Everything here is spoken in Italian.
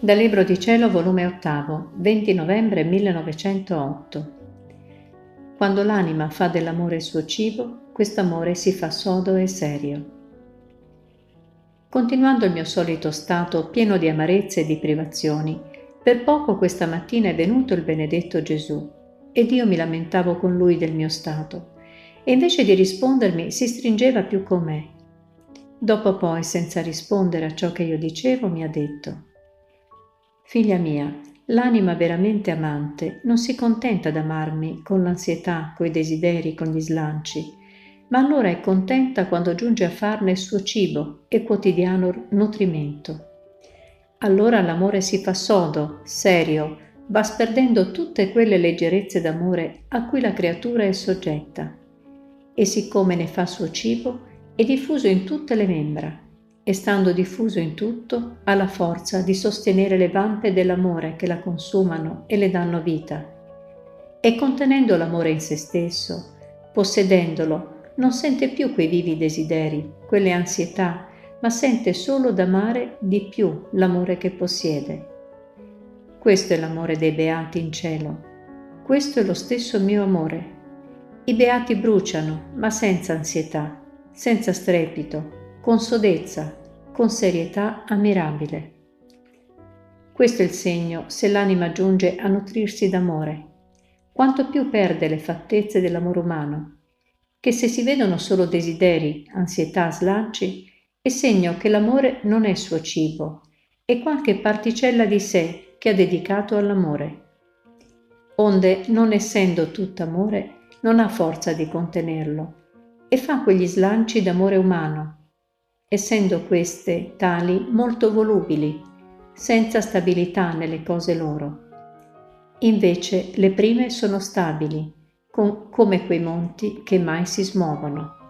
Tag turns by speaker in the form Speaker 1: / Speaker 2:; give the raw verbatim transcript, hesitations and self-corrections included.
Speaker 1: Dal Libro di Cielo, volume ottavo, venti novembre millenovecentootto. Quando l'anima fa dell'amore il suo cibo, quest'amore si fa sodo e serio. Continuando il mio solito stato pieno di amarezze e di privazioni, per poco questa mattina è venuto il benedetto Gesù, ed io mi lamentavo con lui del mio stato, e invece di rispondermi si stringeva più con me. Dopo poi, senza rispondere a ciò che io dicevo, mi ha detto: «Figlia mia, l'anima veramente amante non si contenta d'amarmi con l'ansietà, coi desideri, con gli slanci, ma allora è contenta quando giunge a farne il suo cibo e quotidiano nutrimento. Allora l'amore si fa sodo, serio, va sperdendo tutte quelle leggerezze d'amore a cui la creatura è soggetta, e siccome ne fa suo cibo, è diffuso in tutte le membra, e stando diffuso in tutto, ha la forza di sostenere le vampe dell'amore che la consumano e le danno vita. E contenendo l'amore in se stesso, possedendolo, non sente più quei vivi desideri, quelle ansietà, ma sente solo d'amare di più l'amore che possiede. Questo è l'amore dei beati in cielo. Questo è lo stesso mio amore. I beati bruciano, ma senza ansietà, senza strepito, con sodezza, con serietà ammirabile. Questo è il segno se l'anima giunge a nutrirsi d'amore. Quanto più perde le fattezze dell'amore umano, che se si vedono solo desideri, ansietà, slanci, è segno che l'amore non è suo cibo, è qualche particella di sé che ha dedicato all'amore. Onde, non essendo tutto amore, non ha forza di contenerlo, e fa quegli slanci d'amore umano, essendo queste tali molto volubili, senza stabilità nelle cose loro. Invece le prime sono stabili, com- come quei monti che mai si smuovono.